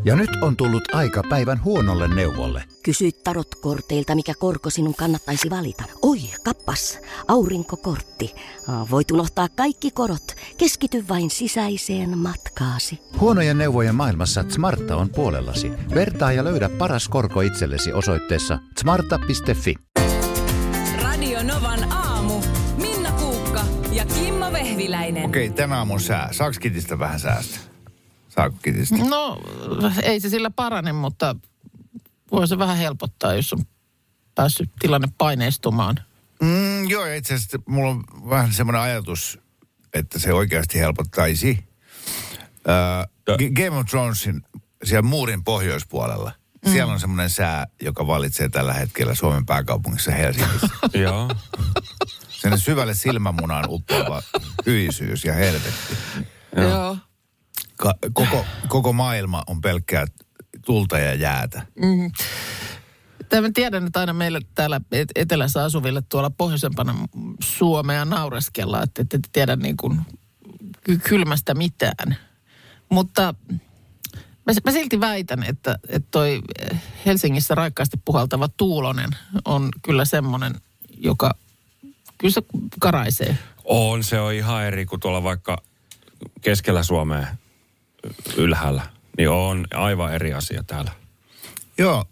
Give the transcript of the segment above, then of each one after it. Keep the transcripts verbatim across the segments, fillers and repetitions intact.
Ja nyt on tullut aika päivän huonolle neuvolle. Kysy tarotkorteilta, mikä korko sinun kannattaisi valita. Oi, kappas, aurinkokortti. Voit unohtaa kaikki korot. Keskity vain sisäiseen matkaasi. Huonojen neuvojen maailmassa Smarta on puolellasi. Vertaa ja löydä paras korko itsellesi osoitteessa smarta piste fi. Radio Novan aamu. Minna Kuukka ja Kimmo Vehviläinen. Okei, tänä aamun sää. Saako Kitistä vähän säästä? Saako Kitistä? No, ei se sillä parane, mutta voi se vähän helpottaa, jos on päässyt tilanne paineistumaan. Mm, joo, itse asiassa mulla on vähän semmoinen ajatus, että se oikeasti helpottaisi. Uh, Game of Thronesin siellä muurin pohjoispuolella. Mm. Siellä on semmoinen sää, joka vallitsee tällä hetkellä Suomen pääkaupungissa Helsingissä. Joo. Sen syvälle silmämunaan uppoava hyisyys ja helvetti. Joo. Ka- koko, koko maailma on pelkkää tulta ja jäätä. Mm. Tämä tiedän, että aina meillä täällä etelässä asuville tuolla pohjoisempana Suomea naureskellaan, että ette tiedä niin kuin kylmästä mitään. Mutta mä, mä silti väitän, että, että toi Helsingissä raikkaasti puhaltava tuulonen on kyllä semmoinen, joka kyllä se karaisee. On, se on ihan eri kuin tuolla vaikka keskellä Suomea ylhäällä. Niin on aivan eri asia täällä. Joo.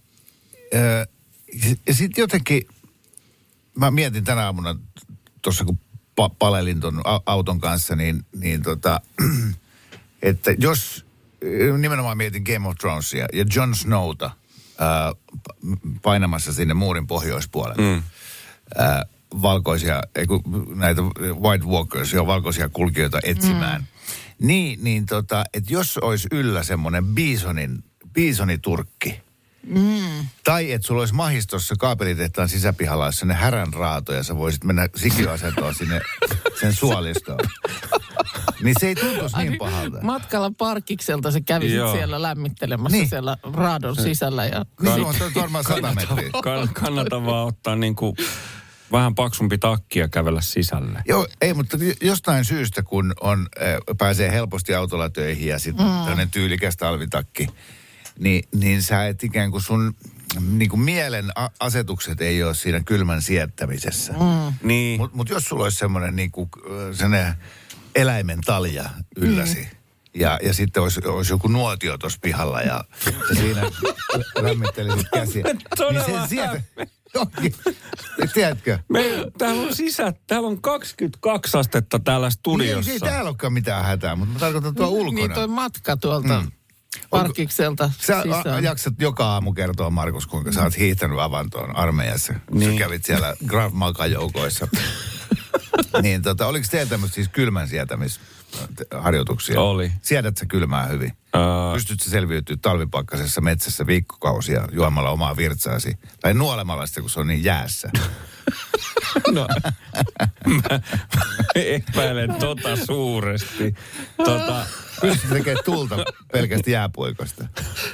Ja sitten jotenkin, mä mietin tänä aamuna tuossa kun pa- palelin ton auton kanssa, niin, niin tota, että jos, nimenomaan mietin Game of Thronesia ja Jon Snowta ää, painamassa sinne muurin pohjoispuolelle. Mm. Ää, valkoisia, ei kun näitä White Walkers, jo valkoisia kulkijoita etsimään. Mm. Niin, niin tota, että jos olisi yllä semmoinen biisonin, biisoniturkki, mm. tai että sulla olisi mahistossa kaapelitehtaan sisäpihalla, jos ne häränraato, ja sä voisit mennä sikiöasentoon sinne sen suolistoon. Niin se ei tuntuisi niin pahalta. Matkalla parkkikselta sä kävisit Joo. siellä lämmittelemässä niin. siellä raadon sisällä. Ja... Niin se on varmaan sata metriä. Kannattaa vaan ottaa niinku vähän paksumpi takki ja kävellä sisälle. Joo, ei, mutta jostain syystä, kun on, äh, pääsee helposti autolla töihin ja sitten mm. tämmöinen tyylikäs talvitakki, niin, niin sä et ikään kuin sun niin kuin mielen a- asetukset ei ole siinä kylmän siettämisessä. Mm. Niin. Mutta mut jos sulla olisi semmoinen niin kuin, sellainen eläimen talja ylläsi, mm. ja, ja sitten olisi, olisi joku nuotio tuossa pihalla ja sä siinä lämmittelisit käsiä. Todella niin sen sieltä... Toki. Tiedätkö? Meillä, täällä on sisä, täällä on kaksikymmentäkaksi astetta täällä studiossa. Ei, ei täällä olekaan mitään hätää, mutta mä tarkoitan tuo ulkona. Niin toi matka tuolta mm. parkkikselta sä sisään. Jaksat joka aamu kertoa, Markus, kuinka sä oot hiihtänyt avantoon armeijassa. Niin. Sä kävit siellä Krav Maga-joukoissa. Niin tota, oliko teillä tämmöistä siis kylmän sietämisharjoituksia? Oli. Siedät sä kylmää hyvin? Uh. Pystyt sä selviytyä talvipakkasessa metsässä viikkokausia juomalla omaa virtsaasi? Tai nuolemalla sitä, kun se on niin jäässä? No, mä, mä epäilen tota suuresti. Tota... Pystyt tekemään tulta pelkästä jääpuikosta.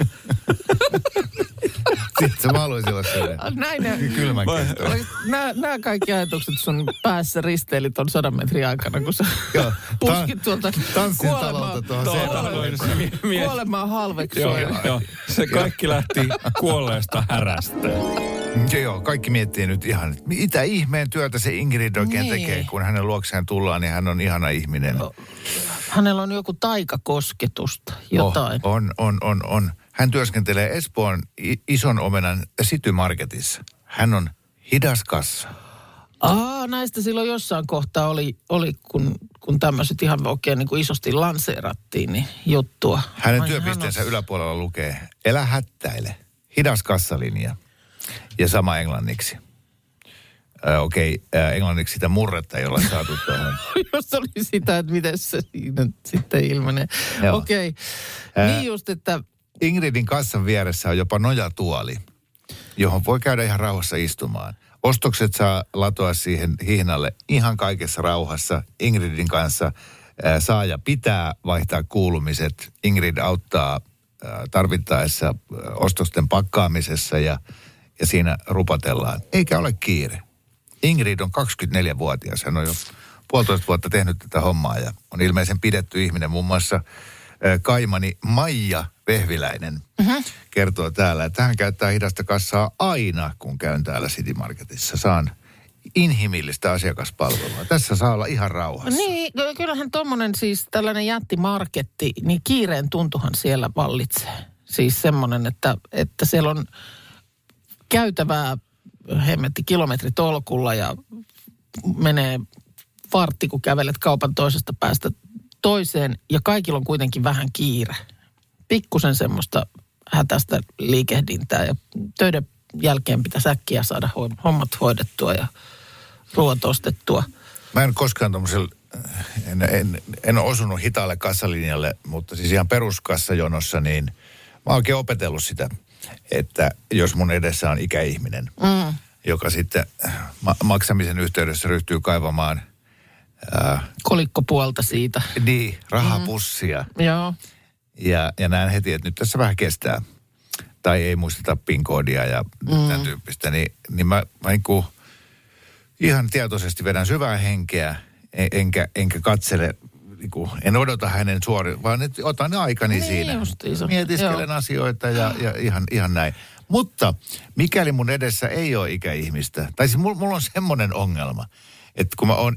Sitten sä mä haluaisin olla sellainen kylmän kesto. Nämä, nämä kaikki ajatukset sun päässä risteilit on sadan metrin aikana, kun sä Joo, puskit tuolta tanssin talolta tuohon seinään. Kuolemaa halveksua. Joo, joo, joo. Se kaikki lähti kuolleesta härästä. Joo, kaikki miettii nyt ihan, että mitä ihmeen työtä se Ingrid oikein niin. tekee, kun hänen luokseen tullaan, niin hän on ihana ihminen. Hänellä on joku taikakosketusta, jotain. Oh, on, on, on, on. Hän työskentelee Espoon Ison Omenan City-marketissa. Hän on hidas kassa. Aa, näistä silloin jossain kohtaa oli, oli kun, kun tämmöiset ihan oikein niin kuin isosti lanseerattiin, niin juttua. Hänen Ai, työpisteensä hän on... yläpuolella lukee, elä hättäile, hidas kassalinja ja sama englanniksi. Äh, Okei, okay, äh, englanniksi sitä murretta ei olla saatu tuohon. Jos oli sitä, että miten se siinä sitten ilmenee. Okei, okay. Niin just, että... Ingridin kassan vieressä on jopa nojatuoli, johon voi käydä ihan rauhassa istumaan. Ostokset saa latoa siihen hihnalle ihan kaikessa rauhassa. Ingridin kanssa ää, saa ja pitää vaihtaa kuulumiset. Ingrid auttaa ää, tarvittaessa ää, ostosten pakkaamisessa ja, ja siinä rupatellaan. Eikä ole kiire. Ingrid on kaksikymmentäneljävuotias. Hän on jo puolitoista vuotta tehnyt tätä hommaa ja on ilmeisen pidetty ihminen. Muun muassa kaimani Maija Vehviläinen mm-hmm. kertoo täällä, että hän käyttää hidasta kassaa aina, kun käyn täällä City Marketissa. Saan inhimillistä asiakaspalvelua. Tässä saa olla ihan rauhassa. Niin, kyllähän tommonen siis tällainen jättimarketti, niin kiireen tuntuhan siellä vallitsee. Siis semmoinen, että, että siellä on käytävää hemmetti kilometritolkulla ja menee vartti, kun kävelet kaupan toisesta päästä toiseen ja kaikilla on kuitenkin vähän kiire. Pikkusen semmoista hätäistä liikehdintää ja töiden jälkeen pitäisi äkkiä saada hommat hoidettua ja ruoat ostettua. Mä en koskaan tommosella, en, en, en ole osunut hitaalle kassalinjalle, mutta siis ihan peruskassajonossa, niin mä oon oikein opetellut sitä, että jos mun edessä on ikäihminen, mm. joka sitten ma- maksamisen yhteydessä ryhtyy kaivamaan ää, kolikkopuolta siitä. Niin, rahapussia. Mm. Joo. Ja, ja näen heti, että nyt tässä vähän kestää. Tai ei muisteta PIN-koodia ja mm. tämän tyyppistä. Niin, niin mä, mä niin kuin ihan tietoisesti vedän syvää henkeä, enkä, enkä katsele, niin kuin, en odota hänen suori, vaan että otan aikani niin, siinä. Justiinsa. Mietiskelen Joo. asioita ja, ja ihan, ihan näin. Mutta mikäli mun edessä ei ole ikäihmistä, tai siis mulla, mulla on semmoinen ongelma, että kun mä oon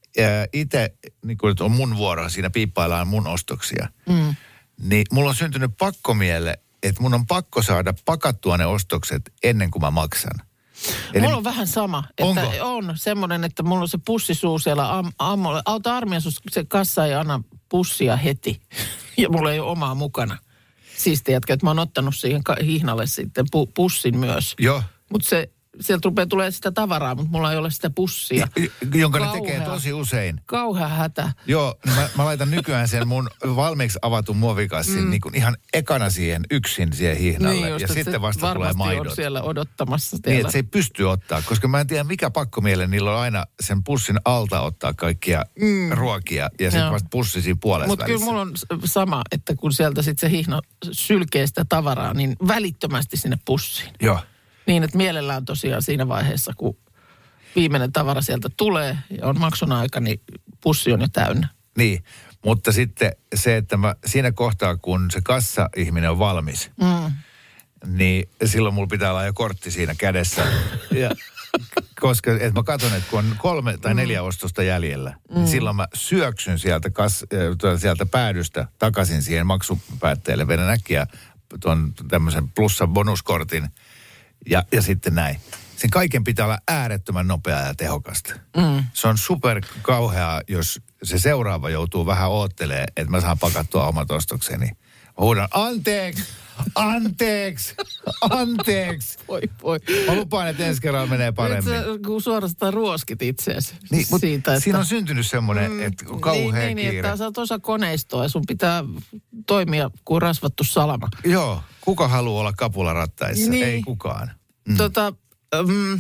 itse, niin kun on mun vuoro, siinä piippaillaan mun ostoksia, mm. niin mulla on syntynyt pakkomielle, että mun on pakko saada pakattua ne ostokset ennen kuin mä maksan. Eli mulla on vähän sama, että onko? On semmoinen, että mulla on se pussisuu siellä am, ammolle. Auta armiassa, se kassa ei anna pussia heti ja mulla ei ole omaa mukana. Siisti jätkä, että mä oon ottanut siihen hihnalle sitten pu, pussin myös. Joo. Mutta se, sieltä rupeaa tulee sitä tavaraa, mutta mulla ei ole sitä pussia. J- jonka kauhea, ne tekee tosi usein. Kauhea hätä. Joo, mä, mä laitan nykyään sen mun valmiiksi avatun muovikassin mm. niin kuin ihan ekana siihen yksin siihen hihnalle. Niin just, ja sitten vasta tulee maidot. Varmasti on siellä odottamassa. Niin, että se ei pysty ottaa, koska mä en tiedä mikä pakkomielle niillä on aina sen pussin alta ottaa kaikkia mm. ruokia ja sitten vasta pussi siinä puolessa Mutta kyllä mulla on sama, että kun sieltä sitten se hihna sylkee sitä tavaraa, niin välittömästi sinne pussiin. Joo. Niin, että mielellään tosiaan siinä vaiheessa, kun viimeinen tavara sieltä tulee ja on maksun aika, niin pussi on jo täynnä. Niin, mutta sitten se, että mä siinä kohtaa, kun se kassa-ihminen on valmis, mm. niin silloin mulla pitää olla jo kortti siinä kädessä. ja, koska että mä katson, että kun on kolme tai neljä mm. ostosta jäljellä, mm. niin silloin mä syöksyn sieltä, kas, sieltä päädystä takaisin siihen maksupäätteelle, vedän äkkiä tuon tämmöisen plussa-bonuskortin. Ja, ja sitten näin. Sen kaiken pitää olla äärettömän nopeaa ja tehokasta. Mm. Se on super kauheaa, jos se seuraava joutuu vähän oottelemaan, että mä saan pakattua omat ostokseni. Huudan, anteeksi, anteeksi, anteeksi. Voi, voi. Mä lupaan, että ensi kerralla menee paremmin. Nyt sä, kun suorastaan ruoskit itseäsi niin, siitä, että siinä on syntynyt semmoinen, mm, että kauhea niin, kiire. Niin, niin, että sä oot osa koneistoa ja sun pitää toimia kuin rasvattu salama. Joo, kuka haluaa olla kapularattaissa? Niin. Ei kukaan. Mm. Tota, um,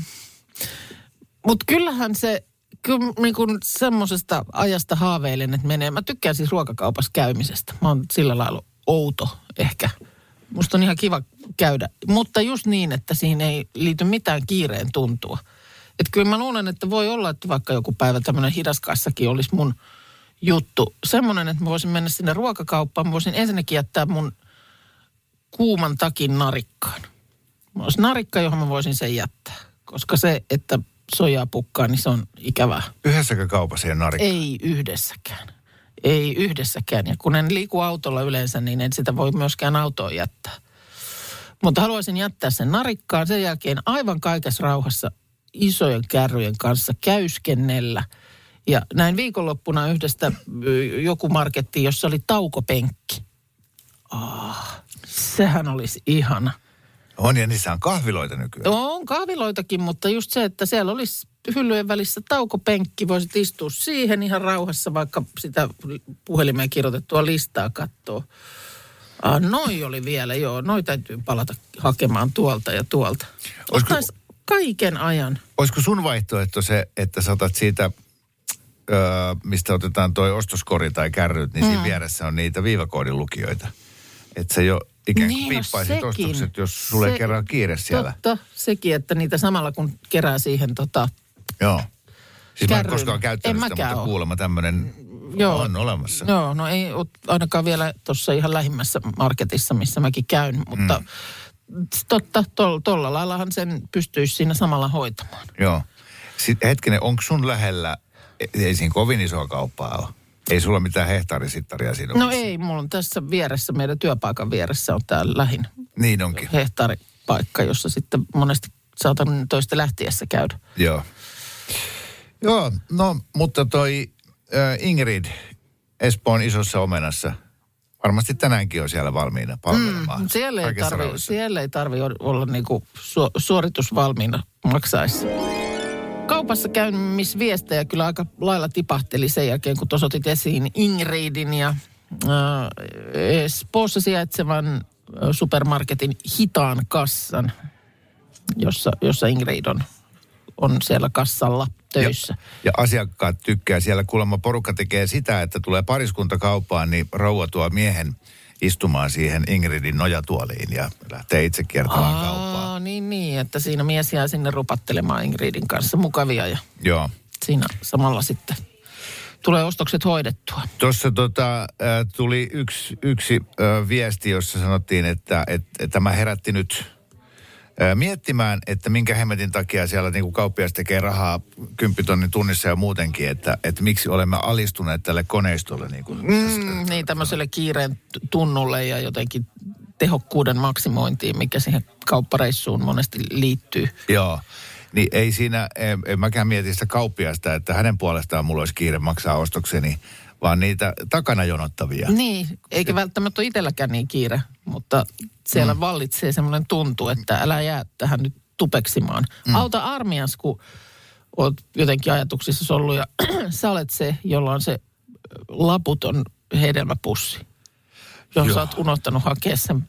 mutta kyllähän se, kyllä niin kuin semmoisesta ajasta haaveilen, että menee. Mä tykkään siis ruokakaupassa käymisestä. Mä oon sillä lailla outo ehkä. Musta on ihan kiva käydä, mutta just niin, että siinä ei liity mitään kiireen tuntua. Että kyllä mä luulen, että voi olla, että vaikka joku päivä tämmöinen hidaskassakin olisi mun juttu. Semmoinen, että mä voisin mennä sinne ruokakauppaan. Mä voisin ensinnäkin jättää mun kuuman takin narikkaan. Mä olisi narikka, johon mä voisin sen jättää. Koska se, että sojaa pukkaa, niin se on ikävää. Yhdessäkö kaupassa ei narikka? Ei yhdessäkään. Ei yhdessäkään. Ja kun en liiku autolla yleensä, niin en sitä voi myöskään autoon jättää. Mutta haluaisin jättää sen narikkaan. Sen jälkeen aivan kaikessa rauhassa isojen kärryjen kanssa käyskennellä. Ja näin viikonloppuna yhdestä joku marketti, jossa oli taukopenkki. Ah, sehän olisi ihana. On, ja niissä on kahviloita nykyään. On kahviloitakin, mutta just se, että siellä olisi hyllyjen välissä taukopenkki. Voisit istua siihen ihan rauhassa, vaikka sitä puhelimeen kirjoitettua listaa katsoo. Ah, noi oli vielä, joo. Noi täytyy palata hakemaan tuolta ja tuolta. Olisiko, Ottais kaiken ajan. Olisiko sun vaihtoehto se, että sä otat siitä, öö, mistä otetaan toi ostoskori tai kärryt, niin mm. siinä vieressä on niitä viivakoodin lukijoita. Että se jo ikään kuin niin, piippaisit no ostokset, jos sulle se, kerran kiire siellä. Totta, sekin, että niitä samalla kun kerää siihen tota... Joo. Siis kärryyn. Mä en koskaan käyttänyt sitä, mutta kuulemma tämmöinen Joo. On olemassa. Joo, no ei ole ainakaan vielä tuossa ihan lähimmässä marketissa, missä mäkin käyn, mutta mm. totta, tuolla tol, laillahan sen pystyisi siinä samalla hoitamaan. Joo. Sitten hetkinen, onko sun lähellä, ei siinä kovin isoa kauppaa ole? Ei sulla mitään hehtaarisittaria siinä? No ei, mulla on tässä vieressä, meidän työpaikan vieressä on tää lähin niin onkin. hehtaaripaikka, jossa sitten monesti saatan toista lähtiessä käydä. Joo. Joo, no mutta toi äh, Ingrid Espoon isossa omenassa, varmasti tänäänkin on siellä valmiina palvelemaan. Mm, siellä, ei tarvi, siellä ei tarvi olla niinku su, suoritusvalmiina maksaessa. Kaupassa käymisviestejä kyllä aika lailla tipahteli sen jälkeen, kun tuossa otit esiin Ingridin ja äh, Espoossa sijaitsevan supermarketin hitaan kassan, jossa, jossa Ingrid on, on siellä kassalla töissä. Ja, ja asiakkaat tykkää. Siellä kuulemma porukka tekee sitä, että tulee pariskunta kauppaan, niin rouva tuo miehen istumaan siihen Ingridin nojatuoliin ja lähtee itse kiertämään Aa, kauppaa. niin, niin, että siinä mies jää sinne rupattelemaan Ingridin kanssa. Mukavia ja Joo. siinä samalla sitten tulee ostokset hoidettua. Tuossa tota, tuli yksi, yksi viesti, jossa sanottiin, että, että tämä herätti nyt miettimään, että minkä hemmetin takia siellä niin kuin kauppias tekee rahaa kymppitonnin tunnissa ja muutenkin, että, että miksi olemme alistuneet tälle koneistolle. Niin, kuin mm, niin tämmöiselle kiireen tunnulle ja jotenkin tehokkuuden maksimointiin, mikä siihen kauppareissuun monesti liittyy. Joo. Niin ei siinä, en, en mäkään mieti sitä kauppiasta, että hänen puolestaan mulla olisi kiire maksaa ostokseni, vaan niitä takana jonottavia. Niin, eikä välttämättä ole itselläkään niin kiire, mutta siellä mm. vallitsee semmoinen tuntu, että älä jää tähän nyt tupeksimaan. Mm. Auta armias, kun oot jotenkin ajatuksissa ollut ja sä olet se, jolla on se laputon hedelmäpussi, johon Joo. sä oot unohtanut hakea sen.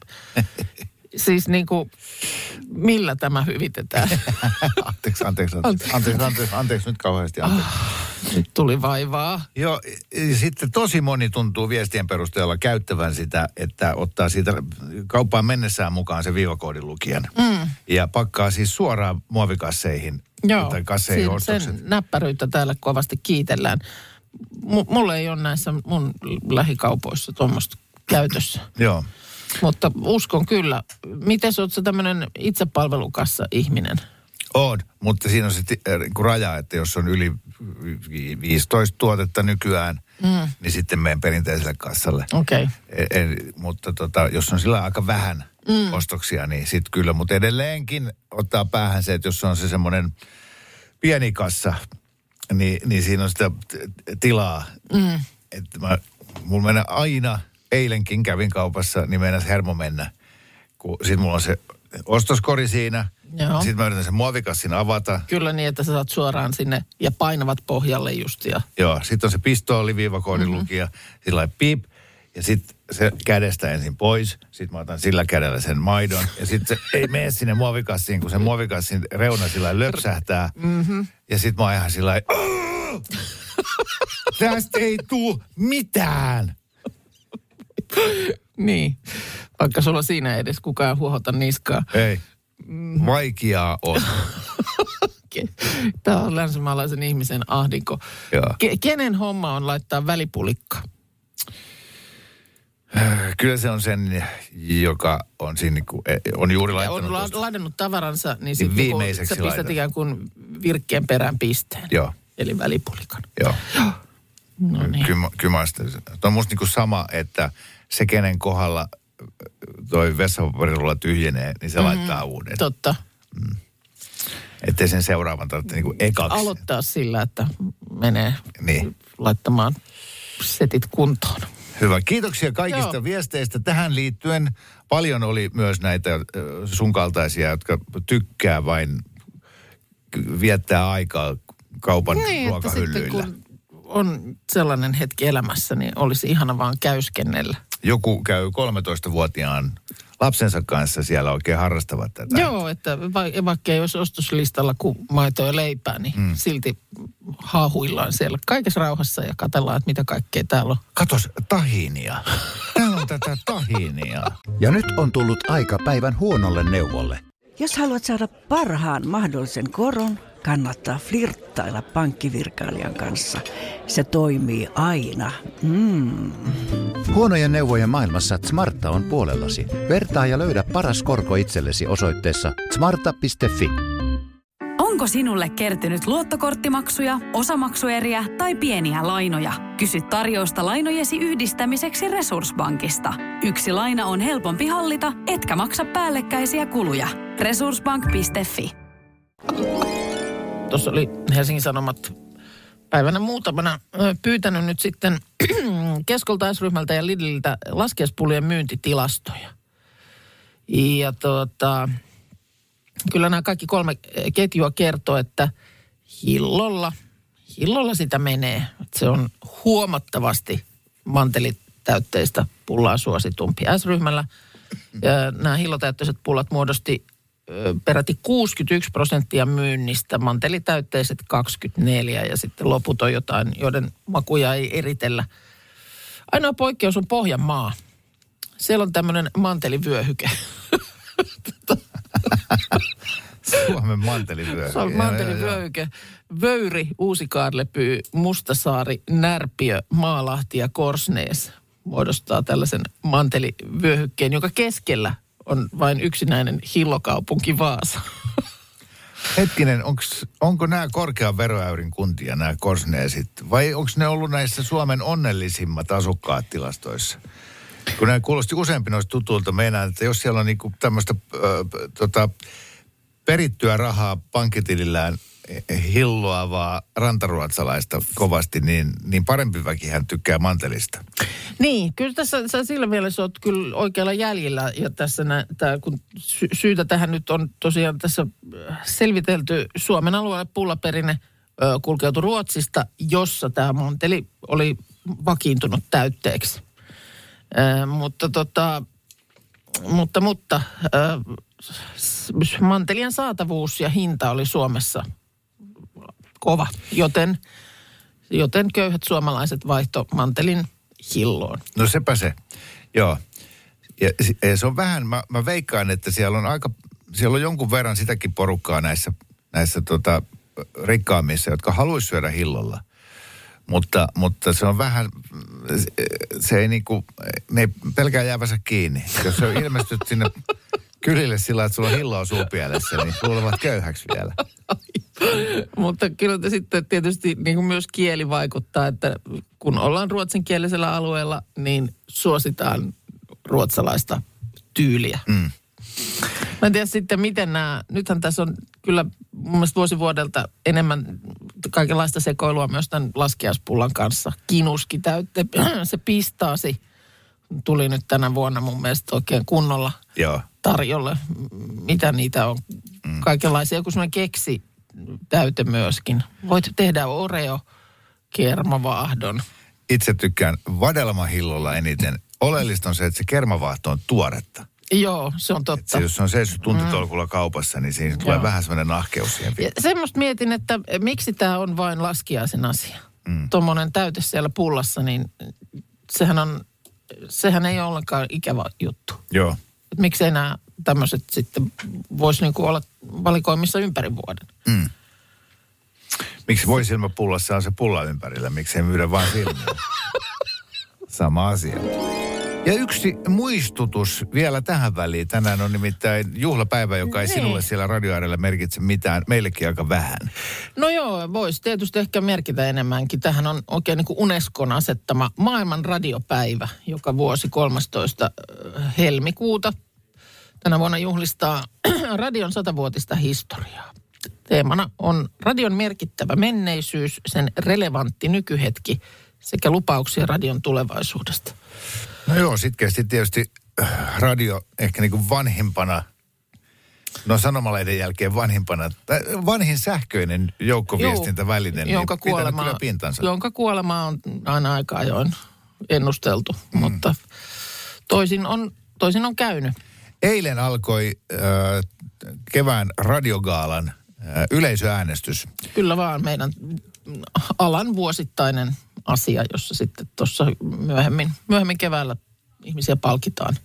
Siis niin kuin, millä tämä hyvitetään? anteeksi, anteeksi, anteeksi, anteeksi, anteeksi, anteeksi, nyt kauheasti, anteeksi. Oh, nyt tuli vaivaa. Joo, sitten tosi moni tuntuu viestien perusteella käyttävän sitä, että ottaa siitä kauppaan mennessään mukaan se viivakoodin lukijan. Mm. Ja pakkaa siis suoraan muovikasseihin. Joo, tai kasseihin ostokset. Sen näppäryyttä täällä kovasti kiitellään. M- mulla ei ole näissä mun lähikaupoissa tuommoista käytössä. Joo. Mutta uskon kyllä. Miten oot sä tämmöinen itsepalvelukassa-ihminen? On, mutta siinä on se kun raja, että jos on yli viisitoista tuotetta nykyään, mm. niin sitten menen perinteiselle kassalle. Okei. Okay. Mutta tota, jos on sillä aika vähän mm. ostoksia, niin sitten kyllä. Mutta edelleenkin ottaa päähän se, että jos on se semmoinen pieni kassa, niin, niin siinä on sitä tilaa. Mm. Että mä, mulla menee aina... Eilenkin kävin kaupassa, niin meinasi hermo mennä. Sitten mulla on se ostoskori siinä. Sitten mä yritän sen muovikassin avata. Kyllä niin, että sä saat suoraan sinne ja painavat pohjalle just. Ja... Joo, sitten on se pistooli, viivakoodin mm-hmm. lukija. Sillä lailla piip. Ja sitten se kädestä ensin pois. Sitten mä otan sillä kädellä sen maidon. Ja sitten se ei mene sinne muovikassiin, kun se muovikassin reuna sillä lailla löpsähtää. Mm-hmm. Ja sitten mä oon ihan sillä lailla, tästä ei tuu mitään. Niin, vaikka sulla siinä ei edes kukaan huohota niskaa. Ei, vaikeaa on. Tämä on länsimaalaisen ihmisen ahdinko. Ke- kenen homma on laittaa välipulikka? Kyllä se on sen, joka on siinä, on juuri laittanut. Ja on la- ladannut tavaransa, niin sitten niin viimeiseksi sä pistät ikään kuin virkkeen perään pisteen. Joo. Eli välipulikan. Joo. No niin. Kyllä, kyllä on musta niin kuin sama, että se kenen kohdalla toi vessapaperirulla tyhjenee, niin se mm, laittaa uuden. Totta. Mm. Ettei sen seuraavan tarvitse niin kuin ekaksi. Aloittaa sillä, että menee niin. laittamaan setit kuntoon. Hyvä. Kiitoksia kaikista Joo. viesteistä. Tähän liittyen paljon oli myös näitä sun kaltaisia, jotka tykkää vain viettää aikaa kaupan niin, ruokahyllyillä. On sellainen hetki elämässä, niin olisi ihana vaan käyskennellä. Joku käy kolmetoistavuotiaan lapsensa kanssa siellä oikein harrastavat tätä. Joo, että va- vaikka ei olisi ostoslistalla kuin maitoa ja leipää, niin mm. silti haahuillaan siellä kaikessa rauhassa ja katsellaan, että mitä kaikkea täällä on. Katos, tahinia. Täällä on tätä tahinia. Ja nyt on tullut aika päivän huonolle neuvolle. Jos haluat saada parhaan mahdollisen koron, kannattaa flirttailla pankkivirkailijan kanssa. Se toimii aina. Mm. Huonojen neuvojen maailmassa Smarta on puolellasi. Vertaa ja löydä paras korko itsellesi osoitteessa smarta piste fi. Onko sinulle kertynyt luottokorttimaksuja, osamaksueriä tai pieniä lainoja? Kysy tarjousta lainojesi yhdistämiseksi Resurssbankista. Yksi laina on helpompi hallita, etkä maksa päällekkäisiä kuluja. resurssbank piste fi. Tuossa oli Helsingin Sanomat päivänä muutamana pyytänyt nyt sitten Keskolta, S-ryhmältä ja Lidliltä laskiaispulien myyntitilastoja. Ja tuota, kyllä nämä kaikki kolme ketjua kertoo, että hillolla, hillolla sitä menee. Että se on huomattavasti mantelitäytteistä pullaa suositumpi. S-ryhmällä ja nämä hillotäytteiset pullat muodosti peräti kuusikymmentäyksi prosenttia myynnistä, mantelitäytteiset kaksikymmentäneljä ja sitten loput on jotain, joiden makuja ei eritellä. Ainoa poikkeus on Pohjanmaa. Siellä on tämmöinen mantelivyöhyke. Suomen mantelivyöhyke. Se on mantelivyöhyke. Vöyri, Uusikaarlepyy, Mustasaari, Närpiö, Maalahti ja Korsnees muodostaa tällaisen mantelivyöhykkeen, joka keskellä on vain yksinäinen hillokaupunki Vaasa. Hetkinen, onks, onko nämä korkean veroäyrin kuntia, nämä Korsneesit, vai onko ne ollut näissä Suomen onnellisimmat asukkaat tilastoissa? Kun nämä kuulosti useampi noista tutulta, meinaan, että jos siellä on niinku tämmöistä äh, tota, perittyä rahaa pankkitilillään hilloavaa rantaruotsalaista kovasti, niin, niin parempi väkihän tykkää mantelista. Niin, kyllä tässä sä sillä mielessä olet kyllä oikealla jäljellä. Ja tässä nä, tää, kun sy- syytä tähän nyt on tosiaan tässä selvitelty Suomen alueelle pullaperinne ö, kulkeutui Ruotsista, jossa tämä manteli oli vakiintunut täytteeksi. Ö, mutta tota, mutta, mutta ö, mantelien saatavuus ja hinta oli Suomessa kova, joten, joten köyhät suomalaiset vaihto mantelin hilloon. No sepä se, joo. Ja, ja se on vähän, mä, mä veikkaan, että siellä on aika, siellä on jonkun verran sitäkin porukkaa näissä, näissä tota, rikkaammissa, jotka haluaisi syödä hillolla. Mutta, mutta se on vähän, se ei niinku, ne ei pelkää jäävänsä kiinni. Jos se on ilmestynyt sinne kylille sillä, että sulla on hilloa suupielessä, niin luulevat köyhäksi vielä. Mutta kyllä sitten tietysti niin kuin myös kieli vaikuttaa, että kun ollaan ruotsinkielisellä alueella, niin suositaan ruotsalaista tyyliä. Mm. Mä en tiedä sitten, miten nämä, nythän tässä on kyllä mun mielestä vuosi vuodelta enemmän kaikenlaista sekoilua myös tämän laskiaispullan kanssa. Kinuski täytte, se pistaasi tuli nyt tänä vuonna mun mielestä oikein kunnolla Joo. tarjolle. Mitä niitä on? Mm. Kaikenlaisia, joku semmoinen keksi täyte myöskin. Voit tehdä Oreo kermavaahdon. Itse tykkään vadelmahillolla eniten. Oleellista on se, että se kermavaahto on tuoretta. Joo, se on totta. Se, jos on seissyt tuntitolkulla mm. kaupassa, niin siinä tulee vähän semmoinen nahkeus siihen. Ja semmoista mietin, että miksi tämä on vain laskiaisen asia. Mm. Tuommoinen täyte siellä pullassa, niin sehän, on, sehän ei ole ollenkaan ikävä juttu. Joo. Et miksei nämä tämmöiset sitten voisi niinku olla valikoimissa ympäri vuoden. Mm. Miksi voi silmäpullassa on se pulla ympärillä? Miksi ei myydä vain silmiä? Sama asia. Ja yksi muistutus vielä tähän väliin. Tänään on nimittäin juhlapäivä, joka ei sinulle siellä radioäärellä merkitse mitään. Meillekin aika vähän. No joo, voisi tietysti ehkä merkitä enemmänkin. Tähän on oikein niin kuin Unescon asettama maailman radiopäivä, joka vuosi kolmastoista helmikuuta. Tänä vuonna juhlistaa radion satavuotista historiaa. Teemana on radion merkittävä menneisyys, sen relevantti nykyhetki sekä lupauksia radion tulevaisuudesta. No joo, sitkeästi tietysti radio ehkä niin kuin vanhimpana, no sanomalehden jälkeen vanhimpana, vanhin sähköinen joukkoviestintäväline, niin jonka kuolema, kyllä pintansa. Jonka kuolema on aina aika ajoin ennusteltu, mm. mutta toisin on, toisin on käynyt. Eilen alkoi äh, kevään radiogaalan äh, yleisöäänestys. Kyllä vaan, meidän alan vuosittainen asia, jossa sitten tuossa myöhemmin, myöhemmin keväällä ihmisiä palkitaan.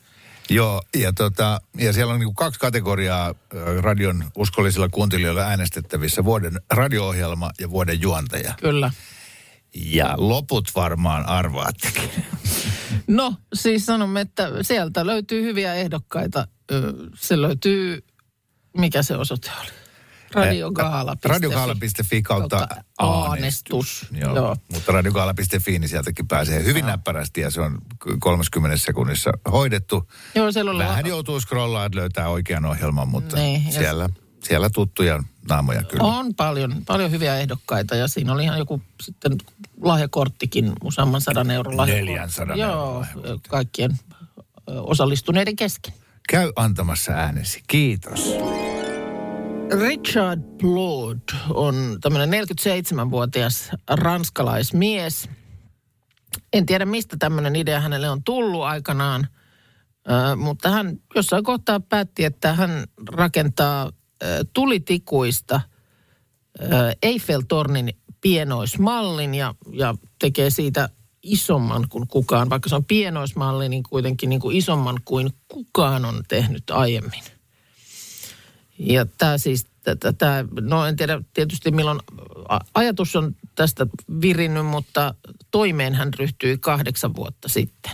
Joo, ja, tota, ja siellä on niinku kaksi kategoriaa äh, radion uskollisilla kuuntelijoilla äänestettävissä. Vuoden radio-ohjelma ja vuoden juontaja. Kyllä. Ja loput varmaan arvaattekin. No, siis sanomme, että sieltä löytyy hyviä ehdokkaita. Se löytyy, mikä se osoite oli? Radiogaala piste fi. Radiogaala piste fi kautta aanestus. Joo. Joo. Mutta radiogaala piste fi, niin sieltäkin pääsee hyvin Joo. näppärästi ja se on kolmekymmentä sekunnissa hoidettu. Joo, siellä vähän joutuu scrollaa, että löytää oikean ohjelman, mutta niin, siellä, ja... siellä tuttuja naamoja kyllä. On paljon, paljon hyviä ehdokkaita ja siinä oli ihan joku sitten lahjakorttikin, useamman sadan euron lahjakortti. Neljänsadan Joo, kaikkien osallistuneiden kesken. Käy antamassa äänesi. Kiitos. Richard Blood on tämmöinen neljäkymmentäseitsemänvuotias ranskalaismies. En tiedä, mistä tämmöinen idea hänelle on tullut aikanaan, äh, mutta hän jossain kohtaa päätti, että hän rakentaa äh, tulitikuista äh, Eiffel-tornin pienoismallin ja, ja tekee siitä isomman kuin kukaan. Vaikka se on pienoismalli, niin kuitenkin niin kuin isomman kuin kukaan on tehnyt aiemmin. Ja tämä siis, tämä, no en tiedä tietysti milloin ajatus on tästä virinnyt, mutta toimeen hän ryhtyi kahdeksan vuotta sitten.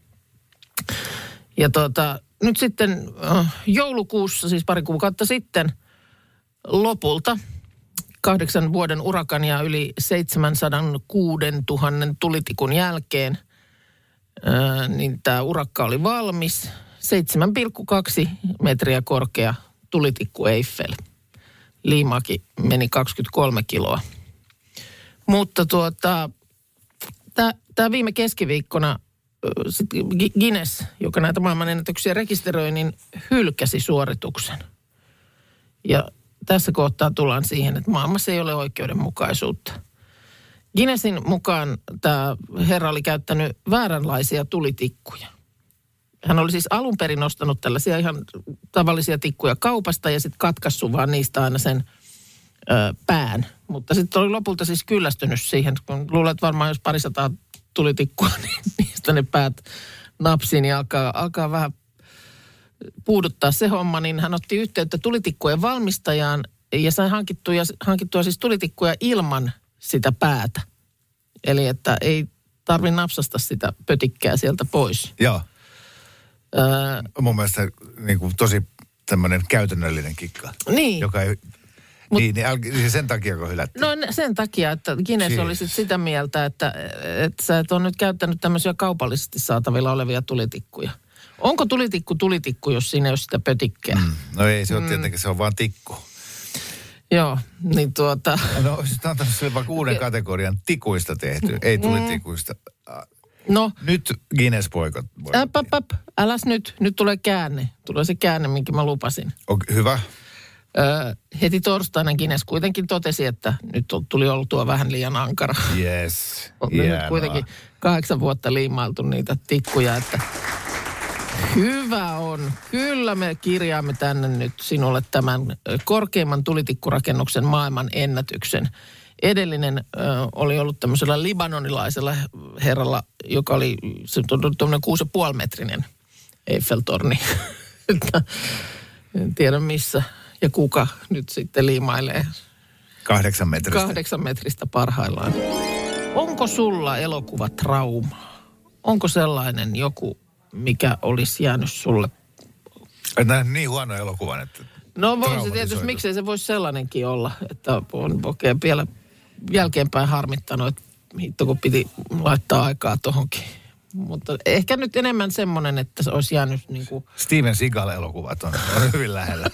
Ja tota, nyt sitten joulukuussa, siis pari kuukautta sitten, lopulta kahdeksan vuoden urakan ja yli seitsemänsataakuusituhatta tulitikun jälkeen, ää, niin tämä urakka oli valmis. seitsemän pilkku kaksi metriä korkea tulitikku Eiffel. Liimaakin meni kaksikymmentäkolme kiloa. Mutta tuota, tämä viime keskiviikkona sit Guinness, joka näitä maailmanennätyksiä rekisteröi, niin hylkäsi suorituksen. Ja tässä kohtaa tullaan siihen, että maailmassa ei ole oikeudenmukaisuutta. Guinnessin mukaan tämä herra oli käyttänyt vääränlaisia tulitikkuja. Hän oli siis alun perin ostanut tällaisia ihan tavallisia tikkuja kaupasta ja sitten katkaissut vaan niistä aina sen ö, pään. Mutta sitten oli lopulta siis kyllästynyt siihen, kun luulet varmaan jos parisataa tulitikkua, niin niistä ne päät napsiin ja alkaa, alkaa vähän puuduttaa se homma, niin hän otti yhteyttä tulitikkujen valmistajaan ja sai hankittua, hankittua siis tulitikkuja ilman sitä päätä. Eli että ei tarvitse napsasta sitä pötikkää sieltä pois. Joo. Öö, Mun mielestä niin kuin tosi tämmöinen käytännöllinen kikka. Niin. Joka ei, Mut, niin, niin sen takia kun hylättiin. No sen takia, että Guinness Jeez. oli sit sitä mieltä, että, että sä et ole nyt käyttänyt tämmöisiä kaupallisesti saatavilla olevia tulitikkuja. Onko tulitikku tulitikku, jos siinä ei ole sitä pötikkää? Mm. No ei, se on mm. tietenkin, se on vaan tikku. Joo, niin tuota... No siis tämä on tämmöisen vaikka uuden kategorian tikuista tehty, ei tulitikuista. No. Nyt Guinness-poika. Äp, äp, äp. Äläs nyt. Nyt tulee käänne. Tulee se käänne, minkä mä lupasin. Okay, hyvä. Öö, heti torstaina Guinness kuitenkin totesi, että nyt tuli oltua vähän liian ankara. Yes. On nyt kuitenkin kahdeksan vuotta liimailtu niitä tikkuja, että hyvä on. Kyllä me kirjaamme tänne nyt sinulle tämän korkeimman tulitikkurakennuksen maailman ennätyksen. Edellinen ö, oli ollut tämmöisellä libanonilaisella herralla, joka oli tuommoinen kuusi pilkku viisi metrinen Eiffel-torni. En tiedä missä ja kuka nyt sitten liimailee. Kahdeksan metristä. Kahdeksan metristä parhaillaan. Onko sulla elokuvatrauma? Onko sellainen joku, mikä olisi jäänyt sulle? Nämä niin huono elokuvan, että... No voi se tietysti, miksei se voisi sellainenkin olla, että on oikein vielä jälkeenpäin harmittanut, että hitto kun piti laittaa aikaa tohonkin. Mutta ehkä nyt enemmän semmoinen, että se olisi jäänyt niin kuin... Steven Seagal-elokuvat on, on hyvin lähellä.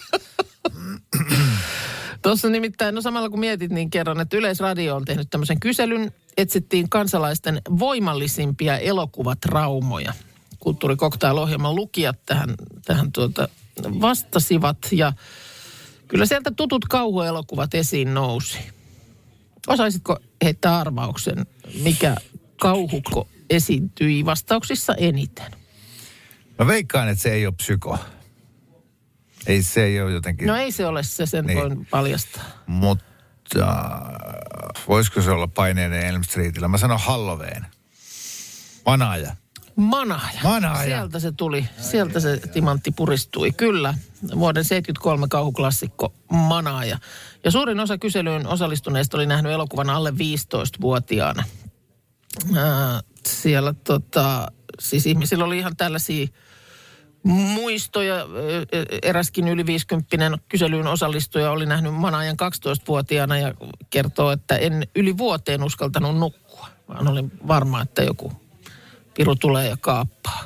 Tuossa nimittäin, no samalla kun mietit, niin kerron, että Yleisradio on tehnyt tämmöisen kyselyn. Etsittiin kansalaisten voimallisimpia elokuvatraumoja. Kulttuurikoktail-ohjelman lukijat tähän, tähän tuota vastasivat ja kyllä sieltä tutut kauhuelokuvat esiin nousi. Osaisitko heittää arvauksen, mikä kauhukko esiintyi vastauksissa eniten? Mä veikkaan, että se ei ole psyko. Ei se ei ole jotenkin... No ei se ole se, sen niin. Voin paljastaa. Mutta voisiko se olla Paineiden Elm Streetillä? Mä sanon Halloween. Vanaja. Manaaja. Manaaja. Sieltä se tuli, sieltä se timantti puristui. Kyllä, vuoden seitsemänkymmentäkolme kauhuklassikko Manaaja. Ja suurin osa kyselyyn osallistuneista oli nähnyt elokuvan alle viisitoistavuotiaana. Äh, siellä tota, siis ihmisillä oli ihan tällaisia muistoja. Eräskin yli viisikymppinen kyselyyn osallistuja oli nähnyt Manaajan kaksitoistavuotiaana ja kertoo, että en yli vuoteen uskaltanut nukkua. Vaan olin varma, että joku piru tulee ja kaappaa.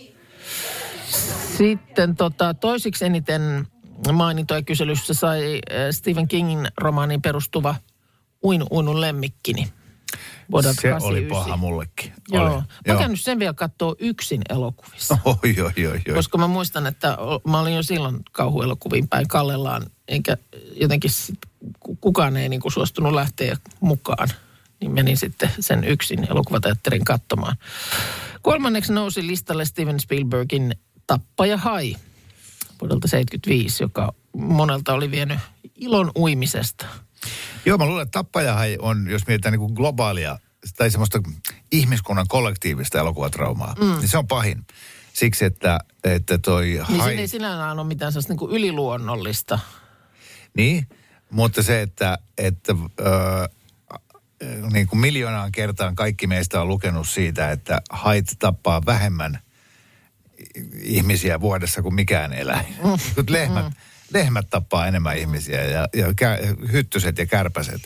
Sitten tota, toisiksi eniten mainintoja kyselyssä sai Stephen Kingin romaaniin perustuva Uin uinun lemmikkini. Vuodelta Se kahdeksankymmentäyhdeksän. oli paha mullekin. Joo. Oli. Mä Joo. käynyt sen vielä katsoa yksin elokuvissa. Oi, oi, oi, oi. Koska mä muistan, että mä olin jo silloin kauhuelokuviin päin kallellaan, enkä jotenkin sit, kukaan ei niinku suostunut lähteä mukaan. Niin menin sitten sen yksin elokuvateatterin katsomaan. Kolmanneksi nousi listalle Steven Spielbergin Tappaja Hai vuodelta seitsemänkymmentäviisi, joka monelta oli vienyt ilon uimisesta. Joo, mä luulen, että Tappajahan on, jos mietitään niin kuin globaalia tai semmoista ihmiskunnan kollektiivista elokuvatraumaa, mm. niin se on pahin. Siksi, että, että toi Niin hai... siinä ei sinällään ole mitään sellaista niin kuin yliluonnollista. Niin, mutta se, että, että öö, niin kuin miljoonaan kertaan kaikki meistä on lukenut siitä, että hait tappaa vähemmän ihmisiä vuodessa kuin mikään eläin. Mm. Lehmät, mm. lehmät tappaa enemmän ihmisiä ja, ja kä- hyttyset ja kärpäset.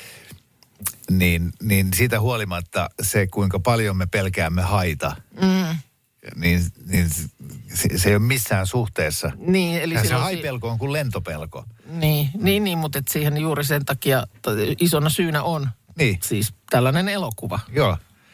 Niin, niin siitä huolimatta se, kuinka paljon me pelkäämme haita, mm. niin, niin se, se ei ole missään suhteessa. Niin, eli se haipelko on kuin lentopelko. Niin, niin, niin mutta et siihen juuri sen takia isona syynä on niin. Siis tällainen elokuva. Joo,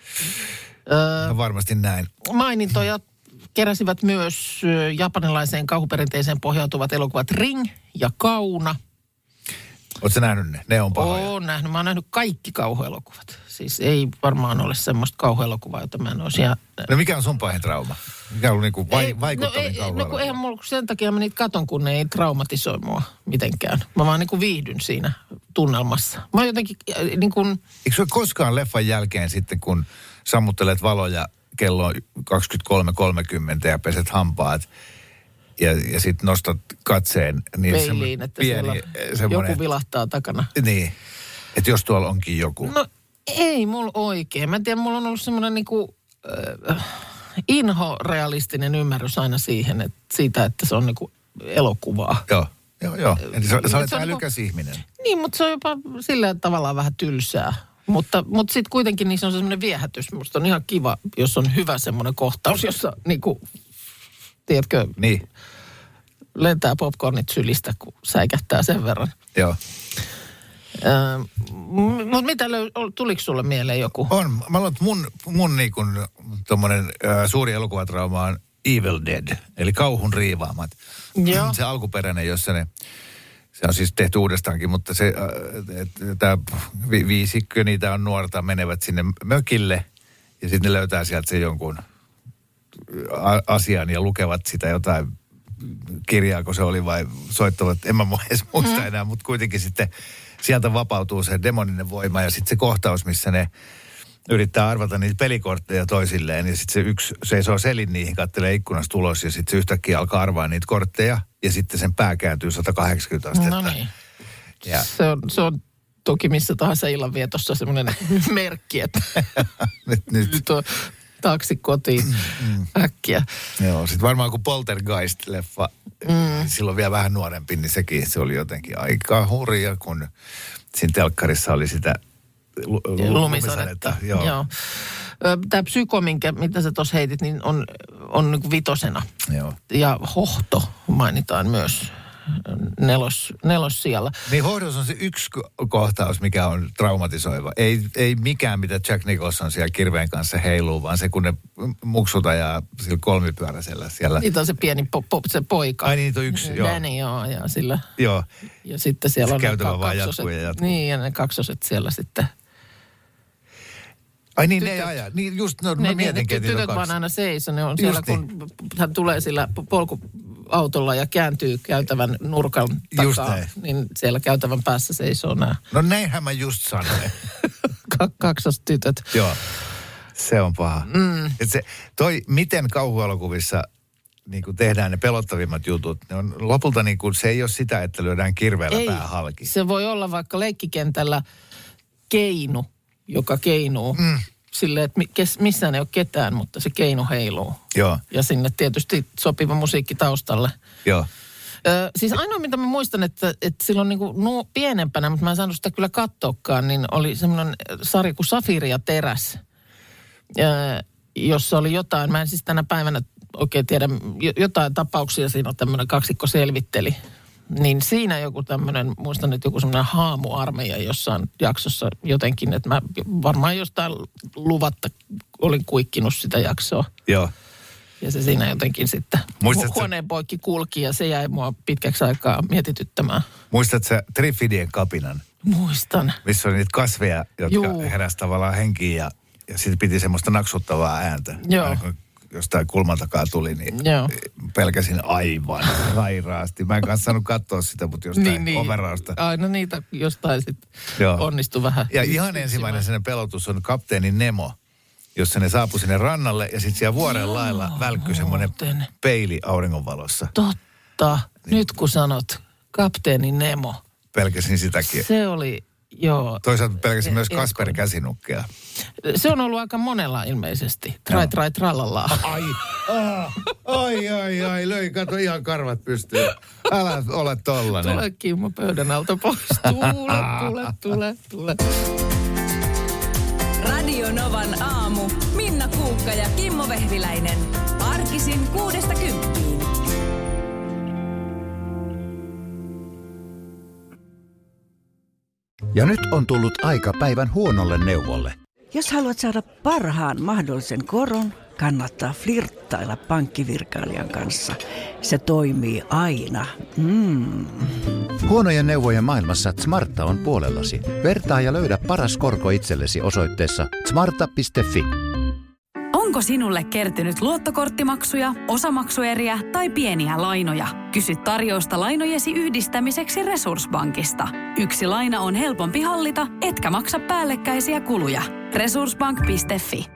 öö, no varmasti näin. Mainintoja keräsivät myös japanilaiseen kauhuperinteeseen pohjautuvat elokuvat Ring ja Kauna. Oletko nähnyt ne? Ne on pahoja. Oon nähnyt. Mä oon nähnyt kaikki kauhuelokuvat. Siis ei varmaan ole semmoista kauhuelokuvaa, jota mä en olisi. Ja... No mikä on sun pahin trauma? Mikä on ollut niinku vai, ei, vaikuttavin no, ei, kauhuelokuva? No kun eihän mulla, sen takia mä niitä katon, kun ne ei traumatisoi mua mitenkään. Mä vaan niinku viihdyn siinä tunnelmassa. Mä oon jotenkin niin kuin... Eikö se ole koskaan leffan jälkeen sitten, kun sammuttelet valoja kello kaksikymmentäkolme kolmekymmentä ja peset hampaat ja, ja sitten nostat katseen. Niin peiliin, että pieni, semmoinen, joku vilahtaa takana. Niin, että jos tuolla onkin joku. No ei mulla oikein. Mä en tiedä, mulla on ollut semmoinen niinku äh, inhorealistinen ymmärrys aina siihen, että siitä, että se on niinku elokuvaa. Joo, joo, joo. Eli sä, sä olet niinku, älykäs ihminen. Niin, mutta se on jopa sillä tavallaan vähän tylsää. Mutta, mutta sitten kuitenkin niin se on semmoinen viehätys. Musta on ihan kiva, jos on hyvä semmoinen kohtaus, jossa niinku, tiedätkö, niin. lentää popcornit sylistä, kun säikähtää sen verran. Joo. Öö, mutta mitä löy- tuliko sulle mieleen joku? On. Mä luulen, että mun, mun niin kuin tommonen äh, suuri elokuvatrauma on Evil Dead, eli kauhun riivaamat. Joo. Se alkuperäinen, jossa ne, se on siis tehty uudestaankin, mutta se, äh, tämä vi, viisikkö, niitä on nuorta, menevät sinne mökille ja sitten ne löytää sieltä se jonkun a- asian ja lukevat sitä jotain kirjaa, kun se oli vai soittavat, en mä edes muista mm. enää, mutta kuitenkin sitten sieltä vapautuu se demoninen voima ja sitten se kohtaus, missä ne yrittää arvata niitä pelikortteja toisilleen. Ja sitten se yksi seisoo selin niihin, kattelee ikkunasta ulos ja sitten se yhtäkkiä alkaa arvaa niitä kortteja. Ja sitten sen pää kääntyy sata kahdeksankymmentä astetta. No niin. Ja. Se, on, se on toki missä tahansa illanvietossa semmoinen merkki, että nyt, nyt. nyt on taksi kotiin mm. äkkiä. Joo, sitten varmaan kun Poltergeist-leffa, mm. silloin vielä vähän nuorempi, niin sekin se oli jotenkin aika hurja, kun siinä telkkarissa oli sitä lu- lu- lumisadetta. Joo. Joo. Tämä psyko, minkä, mitä sä tuossa heitit, niin on, on niin kuin vitosena. Joo. Ja hohto mainitaan myös nelos, nelos siellä. Niin hohdos on se yksi kohtaus, mikä on traumatisoiva. Ei, ei mikään, mitä Jack Nicholson siellä kirveen kanssa heiluu, vaan se, kun ne muksut ajaa sillä kolmipyöräisellä siellä. Niitä on se pieni po, po, se poika. Ai niitä on yksi, joo. Danny, joo, ja sillä. Joo. Ja sitten siellä se on käytävä ne vaan kaksoset. jatkuu ja jatkuu. Niin, ja ne kaksoset siellä sitten. Ai niin, tytöt, ne ei aja. Niin just, no, ne, mä mietinkin, että tytöt vaan aina seisoo. Ne on just siellä, niin. kun hän tulee sillä polkuautolla ja kääntyy käytävän nurkan takaa. Niin siellä käytävän päässä seisoo nämä. No näinhän mä just sanoin. Kaksostytöt. Joo. Se on paha. Mm. Et se, toi, miten kauhuelokuvissa niin kuin tehdään ne pelottavimmat jutut, ne on lopulta niin kuin, se ei ole sitä, että lyödään kirveellä Ei, pää halki. se voi olla vaikka leikkikentällä keinu, joka keinuu. Mm. Silleen, että kes, missään ei ole ketään, mutta se keinu heiluu. Joo. Ja sinne tietysti sopiva musiikki taustalle. Joo. Ö, siis ainoa, mitä mä muistan, että, että silloin niin kuin no, pienempänä, mutta mä en saanut sitä kyllä katsoakaan, niin oli semmoinen sarja kuin Safiri ja teräs, ö, jossa oli jotain, mä en siis tänä päivänä oikein tiedä, jotain tapauksia siinä on tämmöinen kaksikko selvitteli. Niin siinä joku tämmöinen, muistan nyt joku semmoinen haamuarmeija jossain jaksossa jotenkin, että mä varmaan jostain luvatta olin kuikkinut sitä jaksoa. Joo. Ja se siinä jotenkin sitten Muistatko, huoneen poikki kulki ja se jäi mua pitkäksi aikaa mietityttämään. Muistatko sä Trifidien kapinan? Muistan. Missä oli niitä kasveja, jotka Juu. heräsi tavallaan henkiin ja, ja sitten piti semmoista naksuttavaa ääntä. Joo. Aina kun jostain kulman takaa tuli, niin Joo. pelkäsin aivan sairaasti. Mä en kanssa saanut katsoa sitä, mutta jostain niin, niin. overausta. Aina niitä jostain sitten onnistui vähän. Ja ihan ensimmäinen sellainen pelotus on Kapteeni Nemo, jossa ne saapui sinne rannalle ja sitten siellä vuoren Joo, lailla välkkyi semmoinen peili auringonvalossa. Totta. Niin. Nyt kun sanot Kapteeni Nemo. Pelkäsin sitäkin. Se oli, joo. Toisaalta pelkäsin e- myös Kasper Käsinukkea. Se on ollut aika monella ilmeisesti. Trai, trai, trallalaa. Ai, ah, ai, ai, ai, löi, kato ihan karvat pystyy. Älä ole tollanen. Tule Kimmo pöydän alta pois. Tule, tule, tule, tule. Radio Novan aamu. Minna Kuukka ja Kimmo Vehviläinen. Arkisin kuudesta kymppiin. Ja nyt on tullut aika päivän huonolle neuvolle. Jos haluat saada parhaan mahdollisen koron, kannattaa flirttailla pankkivirkailijan kanssa. Se toimii aina. Mm. Huonojen neuvojen maailmassa Smarta on puolellasi. Vertaa ja löydä paras korko itsellesi osoitteessa smarta piste fi. Onko sinulle kertynyt luottokorttimaksuja, osamaksueriä tai pieniä lainoja? Kysy tarjousta lainojesi yhdistämiseksi Resurssbankista. Yksi laina on helpompi hallita, etkä maksa päällekkäisiä kuluja. resurssbank piste fi.